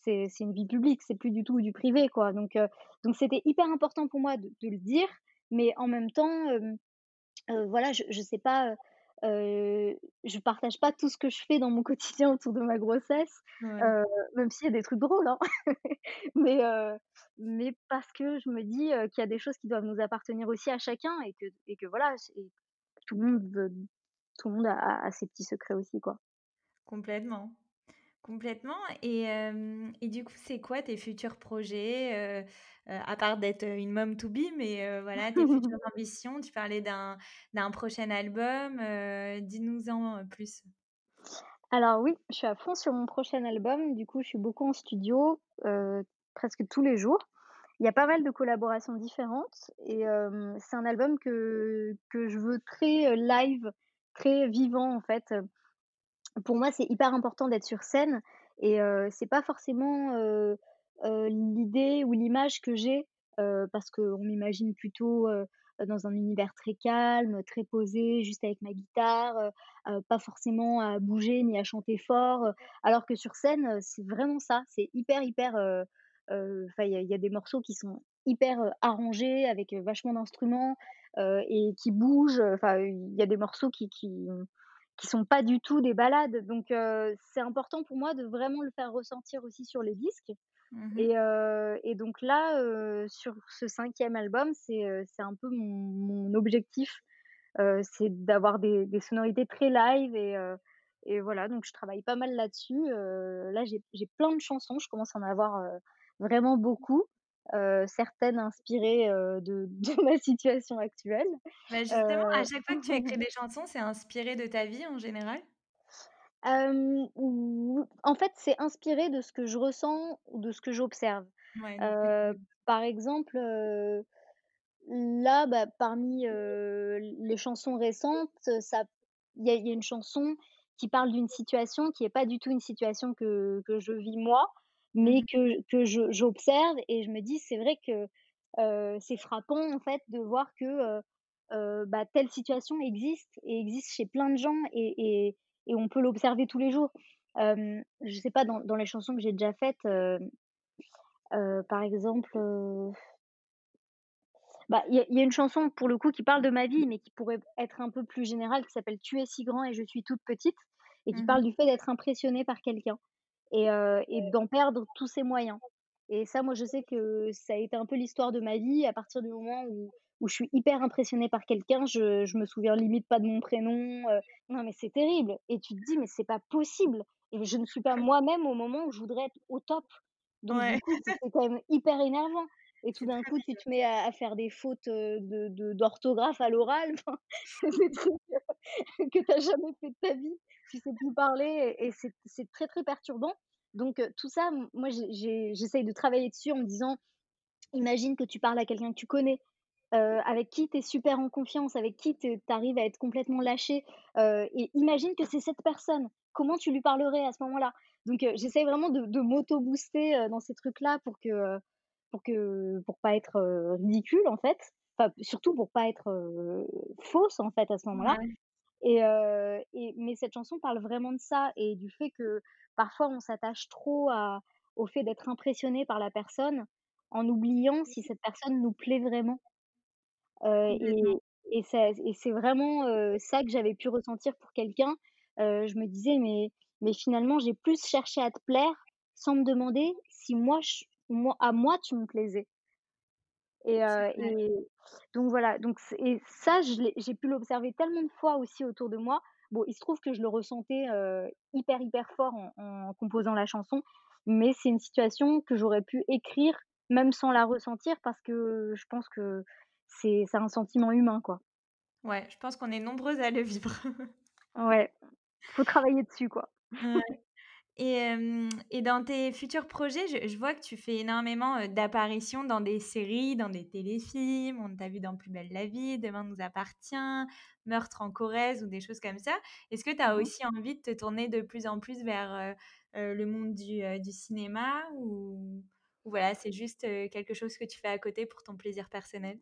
S2: c'est c'est une vie publique, c'est plus du tout du privé, quoi. Donc heu, donc c'était hyper important pour moi de de le dire, mais en même temps, hem, heu, voilà, je je sais pas, heu heu, je partage pas tout ce que je fais dans mon quotidien autour de ma grossesse,
S1: Ouais.
S2: heu, même s'il y a des trucs drôles, hein. Mais heu, mais parce que je me dis, heu, qu'il y a des choses qui doivent nous appartenir aussi à chacun et que et que voilà, c'est tout le monde veut tout le monde a a a ses petits secrets aussi, quoi.
S1: Complètement, complètement et hem et du coup, c'est quoi tes futurs projets, heu heu, à part d'être, heu, une mom to be, mais heu, voilà, tes futures ambitions? Tu parlais d'un d'un prochain album, heu, dis-nous-en, heu, plus.
S2: Alors oui, je suis à fond sur mon prochain album. Du coup, je suis beaucoup en studio, heu, presque tous les jours. Il y a pas mal de collaborations différentes et hem, c'est un album que que je veux très, heu, live, très vivant, en fait. Pour moi, c'est hyper important d'être sur scène et heu, c'est pas forcément, heu heu, l'idée ou l'image que j'ai, heu, parce qu'on m'imagine plutôt, heu, dans un univers très calme, très posé, juste avec ma guitare, heu heu, pas forcément à bouger ni à chanter fort, heu, alors que sur scène, heu, c'est vraiment ça. C'est hyper, hyper, heu heu, enfin, il y a il y a des morceaux qui sont hyper, heu, arrangés avec, heu, vachement d'instruments, heu et qui bougent, enfin, il y a des morceaux qui qui qui sont pas du tout des balades, donc heu, c'est important pour moi de vraiment le faire ressentir aussi sur les disques
S1: Mmh mh.
S2: et heu et donc là, heu, sur ce cinquième album, c'est, heu, c'est un peu mon mon objectif, heu, c'est d'avoir des des sonorités très live et heu et voilà, donc je travaille pas mal là-dessus, heu, là, j'ai j'ai plein de chansons, je commence à en avoir, heu, vraiment beaucoup, heu, certaines inspirées, heu, de de ma situation actuelle,
S1: Bah, justement, à
S2: heu
S1: chaque fois que tu écris des chansons, c'est inspiré de ta vie en général?
S2: Hem, ou en fait, c'est inspiré de ce que je ressens ou de ce que j'observe.
S1: Ouais, donc c'est
S2: Heu, par exemple, heu, là, bah, parmi, heu, les chansons récentes, ça il y a il y a une chanson qui parle d'une situation qui est pas du tout une situation que que je vis moi,
S1: mmh
S2: mais
S1: mh.
S2: que que je j'observe et je me dis: «C'est vrai que, heu, c'est frappant, en fait, de voir que, heu heu, bah, telle situation existe et existe chez plein de gens et et et on peut l'observer tous les jours». Hem, je sais pas, dans dans les chansons que j'ai déjà faites, heu heu, par exemple, heu, bah, il y a il y a une chanson pour le coup qui parle de ma vie, mais qui pourrait être un peu plus générale, qui s'appelle «Tu es si grand et je suis toute petite» et qui
S1: Mmh mh.
S2: parle du fait d'être impressionnée par quelqu'un et heu et d'en perdre tous ses moyens et ça, moi, je sais que ça a été un peu l'histoire de ma vie. À partir du moment où où je suis hyper impressionnée par quelqu'un, je je me souviens limite pas de mon prénom, heu, non, mais c'est terrible et tu te dis: «Mais c'est pas possible» et je ne suis pas moi-même au moment où je voudrais être au top. Donc du
S1: Ouais,
S2: coup, c'est c'est quand même hyper énervant et tout
S1: c'est
S2: d'un
S1: très
S2: coup, tu te mets à à faire des fautes, heu, de de d'orthographe à l'oral, enfin, c'est des trucs que tu as jamais fait de ta vie. Tu sais plus parler et et c'est c'est très, très perturbant. Donc heu, tout ça, m moi, j'ai j'ai j'essaye de travailler dessus en me disant: «Imagine que tu parles à quelqu'un que tu connais, heu, avec qui tu es super en confiance, avec qui tu arrives à être complètement lâché, heu et imagine que c'est cette personne. Comment tu lui parlerais à ce moment-là?» Donc heu, j'essaye vraiment de de m'auto-booster, heu, dans ces trucs-là pour que, heu, pour que pour pas être, heu, ridicule, en fait. Enfin, surtout pour pas être, heu, fausse, en fait, à ce moment-là.
S1: ouais.
S2: Et heu et mais cette chanson parle vraiment de ça et du fait que parfois on s'attache trop à au fait d'être impressionné par la personne, en oubliant si cette personne nous plaît vraiment. Heu
S1: Complètement.
S2: et et c'est et c'est vraiment, heu, ça que j'avais pu ressentir pour quelqu'un. Heu, je me disais: «Mais mais finalement j'ai plus cherché à te plaire, sans me demander si moi ch moi à moi tu me plaisais». Et
S1: C'est
S2: heu
S1: vrai.
S2: et donc voilà, donc c et ça, je l'ai j'ai pu l'observer tellement de fois aussi autour de moi. Bon, il se trouve que je le ressentais, heu, hyper, hyper fort en en composant la chanson, mais c'est une situation que j'aurais pu écrire même sans la ressentir parce que je pense que c'est c'est un sentiment humain, quoi.
S1: Ouais, je pense qu'on est nombreuses à le vivre.
S2: Ouais, faut travailler dessus, quoi.
S1: Ouais. Et hem et dans tes futurs projets, je je vois que tu fais énormément, heu, d'apparitions dans des séries, dans des téléfilms. On t'a vu dans Plus belle la vie, Demain nous appartient, Meurtre en Corrèze ou des choses comme ça. Est-ce que tu as
S2: Mmh mh.
S1: aussi envie de te tourner de plus en plus vers, heu heu, le monde du, heu, du cinéma ou ou voilà, c'est juste, heu, quelque chose que tu fais à côté pour ton plaisir personnel?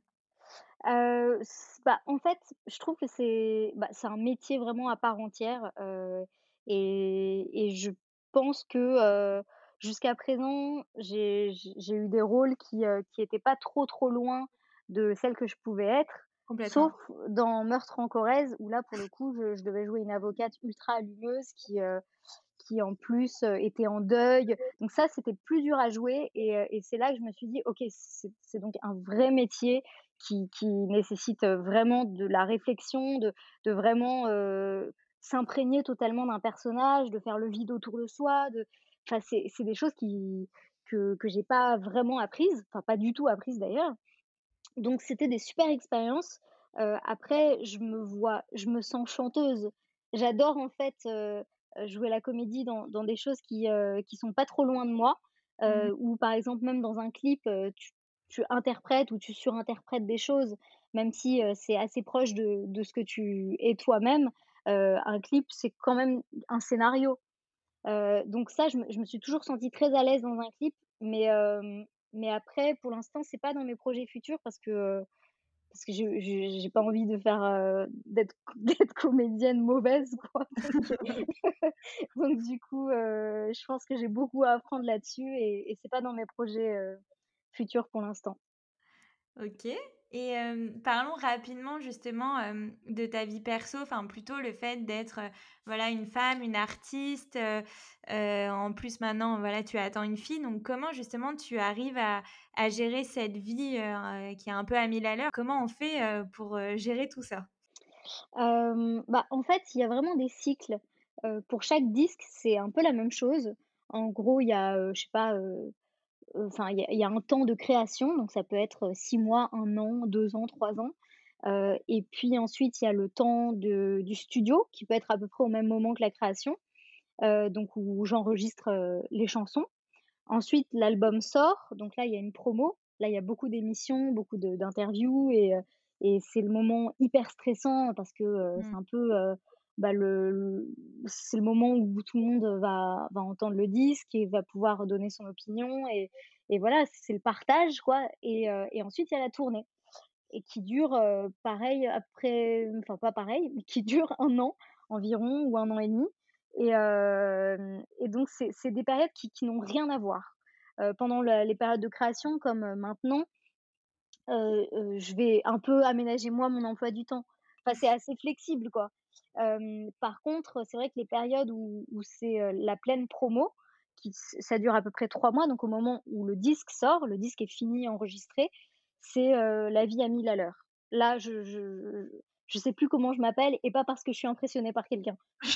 S2: Heu, s Bah, en fait, je trouve que c'est bah, c'est un métier vraiment à part entière, heu et et je pense que, heu, jusqu'à présent, j'ai j'ai j'ai eu des rôles qui, heu, qui étaient pas trop, trop loin de celle que je pouvais être, sauf
S1: Complètement.
S2: dans Meurtre en Corrèze où là, pour le coup, je je devais jouer une avocate ultra allumeuse qui, heu, qui en plus, heu, était en deuil. Donc ça, c'était plus dur à jouer et heu et c'est là que je me suis dit: «OK, c'est c'est donc un vrai métier qui qui nécessite, heu, vraiment de la réflexion, de de vraiment, heu, s'imprégner totalement d'un personnage, de faire le vide autour de soi, de» enfin, c'est c'est des choses qui que que j'ai pas vraiment apprises, enfin pas du tout apprises d'ailleurs. Donc c'était des super expériences. Heu, après je me vois je me sens chanteuse. J'adore en fait, heu heu, jouer la comédie dans dans des choses qui, heu, qui sont pas trop loin de moi,
S1: Mmh.
S2: heu, ou par exemple même dans un clip, heu, tu tu interprètes ou tu surinterprètes des choses, même si, heu, c'est assez proche de de ce que tu es toi-même. Heu, un clip, c'est quand même un scénario. Heu, donc ça, je me je me suis toujours sentie très à l'aise dans un clip, mais hem, mais après pour l'instant, c'est pas dans mes projets futurs parce que, heu, parce que je je j'ai pas envie de faire, heu, d'être d'être comédienne mauvaise quoi, donc donc du coup, heu, je pense que j'ai beaucoup à apprendre là-dessus et et c'est pas dans mes projets, heu, futurs pour l'instant.
S1: OK et hem, parlons rapidement justement, hem, de ta vie perso, enfin plutôt le fait d'être, heu, voilà une femme, une artiste, heu heu, en plus maintenant voilà tu attends une fille donc comment justement tu arrives à à gérer cette vie, heu, qui est un peu à mille à l'heure? Comment on fait, heu, pour, heu, gérer tout ça?
S2: Hem, bah, en fait, il y a vraiment des cycles. Heu, pour chaque disque, c'est un peu la même chose. En gros, il y a, heu, je sais pas, heu heu, enfin, il y a il y a un temps de création, donc ça peut être, six mois, un an, deux ans, trois ans. Heu et puis ensuite, il y a le temps de du studio qui peut être à peu près au même moment que la création, heu, donc où j'enregistre, heu, les chansons. Ensuite, l'album sort, donc là, il y a une promo. Là, il y a beaucoup d'émissions, beaucoup de d'interviews et heu et c'est le moment hyper stressant parce que, heu, c'est
S1: Mmh.
S2: un peu, heu, bah, le le c'est le moment où tout le monde va va entendre le disque et va pouvoir donner son opinion et et voilà, c'est le partage, quoi et heu et ensuite, il y a la tournée et qui dure, heu, pareil après enfin pas pareil, mais qui dure un an environ ou un an et demi et hem et donc c'est c'est des périodes qui qui n'ont rien à voir. Heu, pendant la les périodes de création comme, heu, maintenant, heu heu, je vais un peu aménager moi mon emploi du temps. Enfin, c'est assez flexible, quoi. Hem, par contre, c'est vrai que les périodes où où c'est, heu, la pleine promo, qui s ça dure à peu près trois mois, donc au moment où le disque sort, le disque est fini, enregistré, c'est, heu, la vie à mille à l'heure. Là, je je je sais plus comment je m'appelle et pas parce que je suis impressionnée par quelqu'un.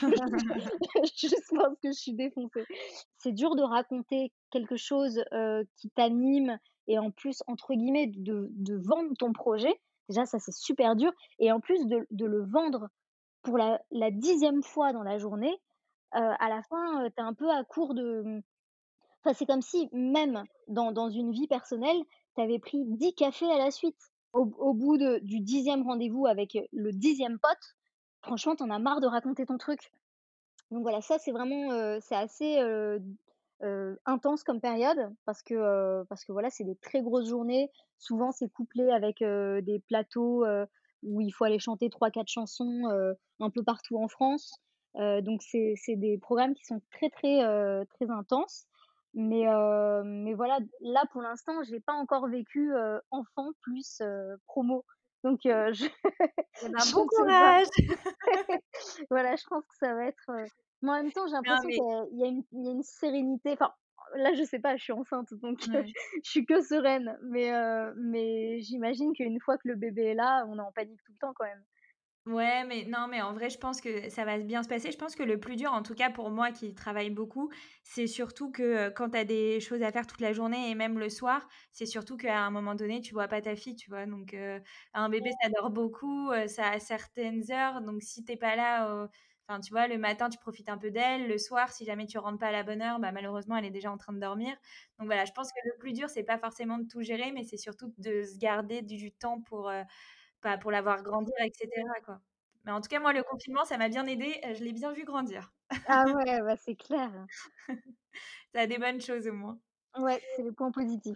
S2: Juste parce que je suis défoncée. C'est dur de raconter quelque chose, heu, qui t'anime et en plus, entre guillemets, de de vendre ton projet. Déjà ça, c'est super dur et en plus de de le vendre pour la la dixième fois dans la journée, heu, à la fin, heu, tu es un peu à court de, mmh enfin, c'est comme si même dans dans une vie personnelle, tu avais pris dix cafés à la suite. Au au bout de du dixième rendez-vous avec, heu, le dixième pote, franchement, tu en as marre de raconter ton truc. Donc voilà, ça c'est vraiment, heu, c'est assez, heu heu, intense comme période parce que, heu, parce que voilà, c'est des très grosses journées. Souvent, c'est couplé avec, heu, des plateaux, heu, où il faut aller chanter trois quatre chansons, heu, un peu partout en France. Heu, donc c'est c'est des programmes qui sont très, très, heu, très intenses. Mais, heu, mais voilà, là pour l'instant, j'ai pas encore vécu, heu, enfant plus, heu, promo. Donc, heu, je
S1: Eh ben,
S2: je
S1: bon
S2: sais pas.
S1: courage!
S2: Voilà, je pense que ça va être, heu mais en même temps, j'ai
S1: Non
S2: l'impression
S1: mais
S2: qu'il y a il y a une il y a une sérénité, enfin, là, je sais pas, je suis enceinte, donc heu,
S1: ouais.
S2: je suis que sereine, mais heu, mais j'imagine qu'une fois que le bébé est là, on est en panique tout le temps quand même.
S1: Ouais, mais non, mais en vrai, je pense que ça va bien se passer. Je pense que le plus dur, en tout cas pour moi qui travaille beaucoup, c'est surtout que, heu, quand tu as des choses à faire toute la journée et même le soir, c'est surtout qu'à un moment donné, tu vois pas ta fille, tu vois? Donc, heu, un bébé, ça dort beaucoup, heu, ça a certaines heures, donc si tu es pas là, heu, enfin, tu vois, le matin, tu profites un peu d'elle, le soir, si jamais tu rentres pas à la bonne heure, bah, malheureusement, elle est déjà en train de dormir. Donc voilà, je pense que le plus dur, c'est pas forcément de tout gérer, mais c'est surtout de se garder du temps pour, heu, bah, pour la voir grandir et cetera, quoi. Mais en tout cas, moi, le confinement, ça m'a bien aidée, heu, je l'ai bien vu grandir.
S2: Ah ouais, bah, c'est clair.
S1: Ça a des bonnes choses au moins.
S2: Ouais, c'est les points positifs.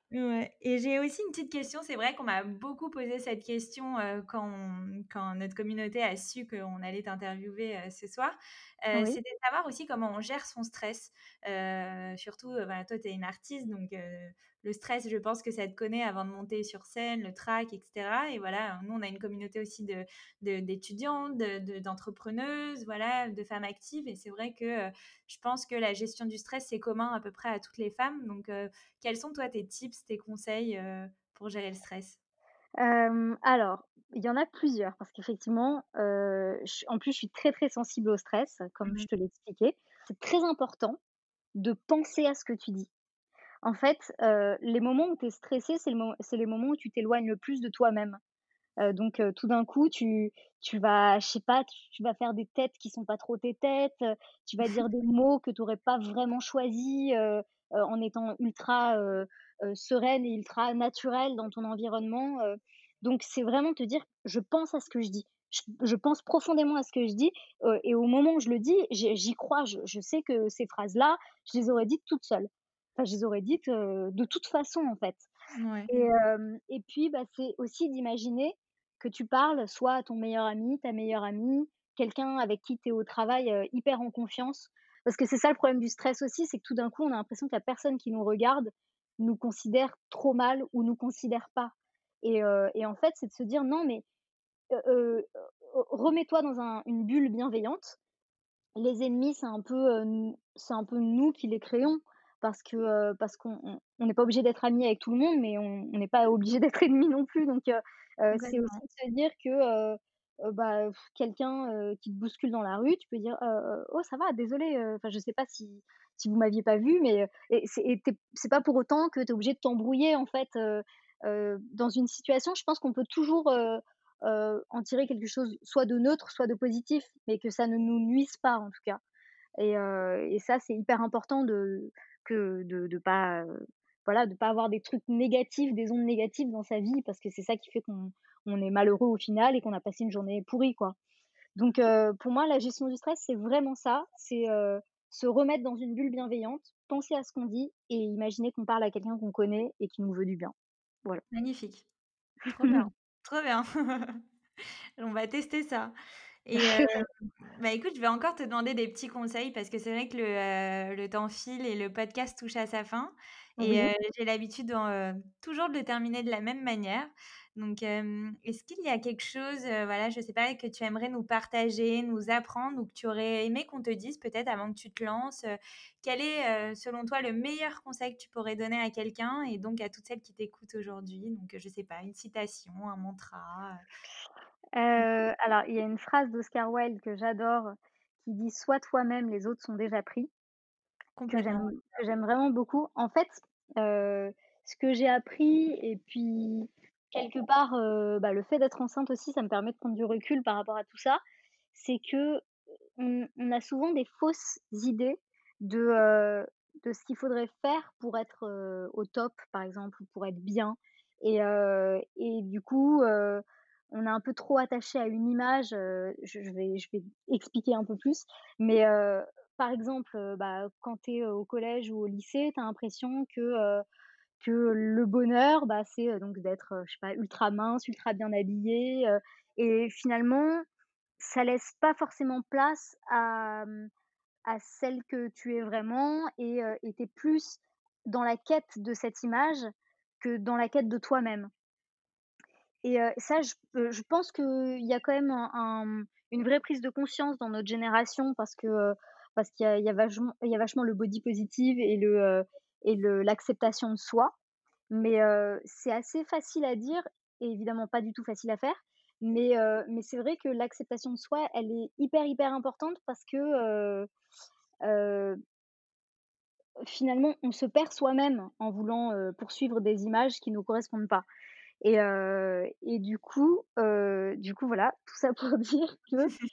S1: Ouais et j'ai aussi une petite question. C'est vrai qu'on m'a beaucoup posé cette question, heu, quand on quand notre communauté a su qu'on allait t'interviewer, heu, ce soir. Heu,
S2: Oui.
S1: c'était de savoir aussi comment on gère son stress. Heu, surtout, heu, voilà, toi, tu es une artiste donc heu, le stress, je pense que ça te connaît avant de monter sur scène, le trac et cetera et voilà, nous, on a une communauté aussi de de d'étudiantes, de de d'entrepreneuses, voilà, de femmes actives et c'est vrai que, heu, je pense que la gestion du stress, c'est commun à peu près à toutes les femmes donc heu, quels sont toi tes tips, tes conseils, heu, pour gérer le stress?
S2: Hem, alors, il y en a plusieurs parce qu'effectivement, heu, je en plus, je suis très, très sensible au stress, comme
S1: Mmh.
S2: je te l'ai expliqué. C'est très important de penser à ce que tu dis. En fait, heu, les moments où tu es stressé, c'est le mo c'est les moments où tu t'éloignes le plus de toi-même. Heu, donc heu, tout d'un coup, tu tu vas, je sais pas, tu tu vas faire des têtes qui sont pas trop tes têtes, heu, tu vas dire des mots que tu aurais pas vraiment choisis, heu heu, en étant ultra, heu heu, sereine et ultra naturelle dans ton environnement, heu, donc c'est vraiment te dire: «Je pense à ce que je dis». Je je pense profondément à ce que je dis, heu et au moment où je le dis, j'y j'y crois. Je je sais que ces phrases-là, je les aurais dites toute seule. Enfin, je les aurais dites, heu, de toute façon, en fait.
S1: Ouais,
S2: Et hem et puis, bah, c'est aussi d'imaginer que tu parles soit à ton meilleur ami, ta meilleure amie, quelqu'un avec qui tu es au travail, heu, hyper en confiance. Parce que c'est ça le problème du stress aussi, c'est que tout d'un coup, on a l'impression que la personne qui nous regarde nous considère trop mal ou nous considère pas. Et heu et en fait, c'est de se dire: «Non mais, heu heu, remets-toi dans un une bulle bienveillante». Les ennemis, c'est un peu, heu, n c'est un peu nous qui les créons parce que, heu, parce qu'on on on n'est pas obligé d'être amis avec tout le monde, mais on on n'est pas obligé d'être ennemis non plus, donc heu heu, c'est aussi
S1: complètement.
S2: de se dire que, heu heu, bah, pff, quelqu'un, heu, qui te bouscule dans la rue, tu peux dire: «Heu heu, oh ça va, désolé, heu, enfin je sais pas si si vous m'aviez pas vu, mais» heu et c'est et tu c'est pas pour autant que tu es obligé de t'embrouiller en fait, heu heu, dans une situation, je pense qu'on peut toujours, heu heu, en tirer quelque chose soit de neutre, soit de positif, mais que ça ne nous nuise pas en tout cas. Et heu et ça, c'est hyper important de que de de pas, heu, voilà, de pas avoir des trucs négatifs, des ondes négatives dans sa vie parce que c'est ça qui fait qu'on on est malheureux au final et qu'on a passé une journée pourrie, quoi. Donc heu, pour moi, la gestion du stress, c'est vraiment ça, c'est, heu, se remettre dans une bulle bienveillante, penser à ce qu'on dit et imaginer qu'on parle à quelqu'un qu'on connaît et qui nous veut du bien. Voilà.
S1: Magnifique, trop bien, trop bien. On va tester ça et heu, bah, écoute, je vais encore te demander des petits conseils parce que c'est vrai que le, heu, le temps file et le podcast touche à sa fin et
S2: Oui.
S1: heu, j'ai l'habitude en, heu, toujours de le terminer de la même manière. Donc, hem, est-ce qu'il y a quelque chose, heu, voilà, je sais pas, que tu aimerais nous partager, nous apprendre ou que tu aurais aimé qu'on te dise peut-être avant que tu te lances? Heu, quel est, heu, selon toi, le meilleur conseil que tu pourrais donner à quelqu'un et donc à toutes celles qui t'écoutent aujourd'hui? Donc, heu, je sais pas, une citation, un mantra, heu?
S2: Heu, alors il y a une phrase d'Oscar Wilde que j'adore qui dit: «Sois toi-même, les autres sont déjà pris». Que
S1: Complètement.
S2: j'aime que j'aime vraiment beaucoup. En fait, heu, ce que j'ai appris et puis quelque part, heu, bah, le fait d'être enceinte aussi, ça me permet de prendre du recul par rapport à tout ça. C'est que, on on a souvent des fausses idées de, heu, de ce qu'il faudrait faire pour être, heu, au top, par exemple, ou pour être bien et heu et du coup, heu, on est un peu trop attaché à une image, heu, je je vais je vais expliquer un peu plus, mais heu, par exemple, heu, bah, quand tu es au collège ou au lycée, tu as l'impression que, heu, que le bonheur, bah, c'est, heu, donc d'être, heu, je sais pas, ultra mince, ultra bien habillé, heu et finalement, ça laisse pas forcément place à, mmh, à celle que tu es vraiment et heu et tu es plus dans la quête de cette image que dans la quête de toi-même. Et heu, ça, je heu, je pense qu'il y a quand même un un, mmh, une vraie prise de conscience dans notre génération parce que, heu, parce qu'il y a il y a vachement il y a vachement le body positive et le, heu et le l'acceptation de soi. Mais heu, c'est assez facile à dire et évidemment pas du tout facile à faire. Mais heu, mais c'est vrai que l'acceptation de soi, elle est hyper, hyper importante parce que, heu heu, finalement, on se perd soi-même en voulant, heu, poursuivre des images qui nous correspondent pas. Et heu et du coup, heu, du coup, voilà, tout ça pour dire que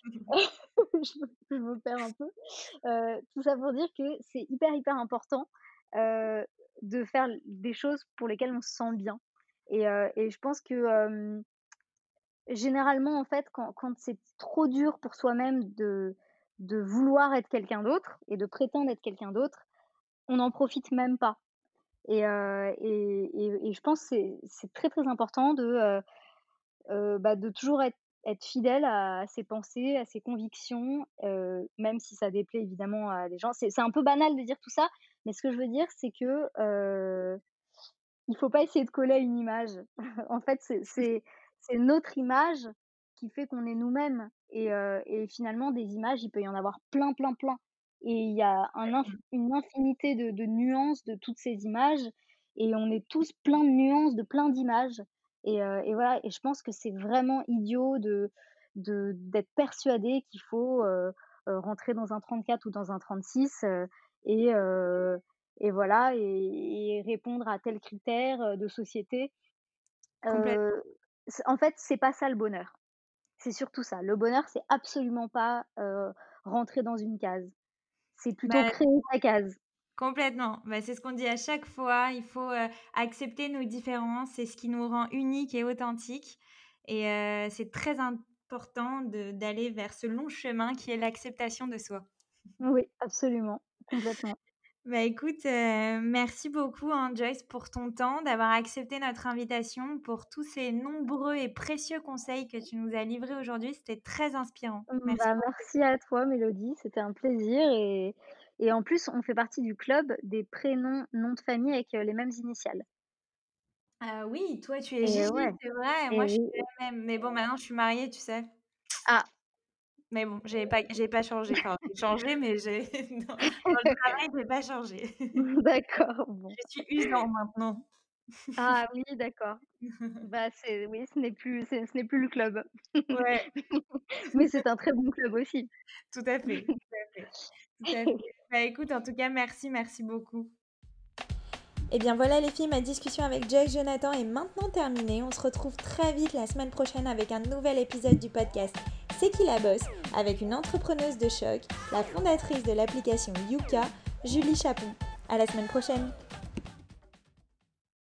S2: je me je me perds un peu, heu, tout ça pour dire que c'est hyper, hyper important, heu, de faire l des choses pour lesquelles on se sent bien et heu et je pense que, hem, généralement, en fait, quand quand c'est trop dur pour soi-même de de vouloir être quelqu'un d'autre et de prétendre être quelqu'un d'autre, on n'en profite même pas. Et heu et et et je pense c'est c'est très, très important de, heu heu, bah, de toujours être être fidèle à ses pensées, à ses convictions, heu, même si ça déplaît évidemment à des gens. C'est c'est un peu banal de dire tout ça, mais ce que je veux dire, c'est que, heu, il faut pas essayer de coller à une image. En fait, c'est c'est c'est notre image qui fait qu'on est nous-mêmes et heu et finalement des images, il peut y en avoir plein, plein, plein et il y a un inf une infinité de de nuances de toutes ces images et on est tous plein de nuances, de plein d'images et heu et voilà et je pense que c'est vraiment idiot de de d'être persuadé qu'il faut, heu heu, rentrer dans un trente-quatre ou dans un trente-six, heu et heu et voilà et et répondre à tel critère, heu, de société. Heu,
S1: Complètement.
S2: c En fait, c'est pas ça le bonheur. C'est surtout ça. Le bonheur, c'est absolument pas, heu, rentrer dans une case. C'est plutôt
S1: Bah,
S2: créer sa case.
S1: complètement. Bah, c'est ce qu'on dit à chaque fois, il faut, heu, accepter nos différences, c'est ce qui nous rend uniques et authentiques et heu, c'est très important de d'aller vers ce long chemin qui est l'acceptation de soi.
S2: Oui, absolument, complètement.
S1: Bah, écoute, heu, merci beaucoup, hein, Joyce, pour ton temps, d'avoir accepté notre invitation, pour tous ces nombreux et précieux conseils que tu nous as livrés aujourd'hui. C'était très inspirant.
S2: Mmh,
S1: Merci
S2: bah,
S1: beaucoup.
S2: merci à toi Mélodie, c'était un plaisir et et en plus, on fait partie du club des prénoms, noms de famille avec, heu, les mêmes initiales
S1: Ah oui, toi, tu es
S2: et
S1: Gigi,
S2: ouais
S1: c'est vrai,
S2: et
S1: moi, je suis
S2: oui et
S1: la même. Mais bon, maintenant, je suis mariée, tu sais?
S2: ah!
S1: Mais bon, j'ai pas j'ai pas changé. Enfin, j'ai changé, mais j'ai dans dans le travail, j'ai pas changé.
S2: D'accord, bon.
S1: Je suis usant maintenant.
S2: Ah oui, d'accord. Bah, c'est oui, ce n'est plus c'est ce n'est plus le club.
S1: Ouais,
S2: Mais c'est un très bon club aussi.
S1: tout à fait, tout à fait, tout à fait. Bah, écoute, en tout cas, merci, merci beaucoup. Et bien voilà les filles, ma discussion avec Joyce Jonathan est maintenant terminée. On se retrouve très vite la semaine prochaine avec un nouvel épisode du podcast C'est qui la bosse avec une entrepreneuse de choc, la fondatrice de l'application Yuka, Julie Chapon. À la semaine prochaine.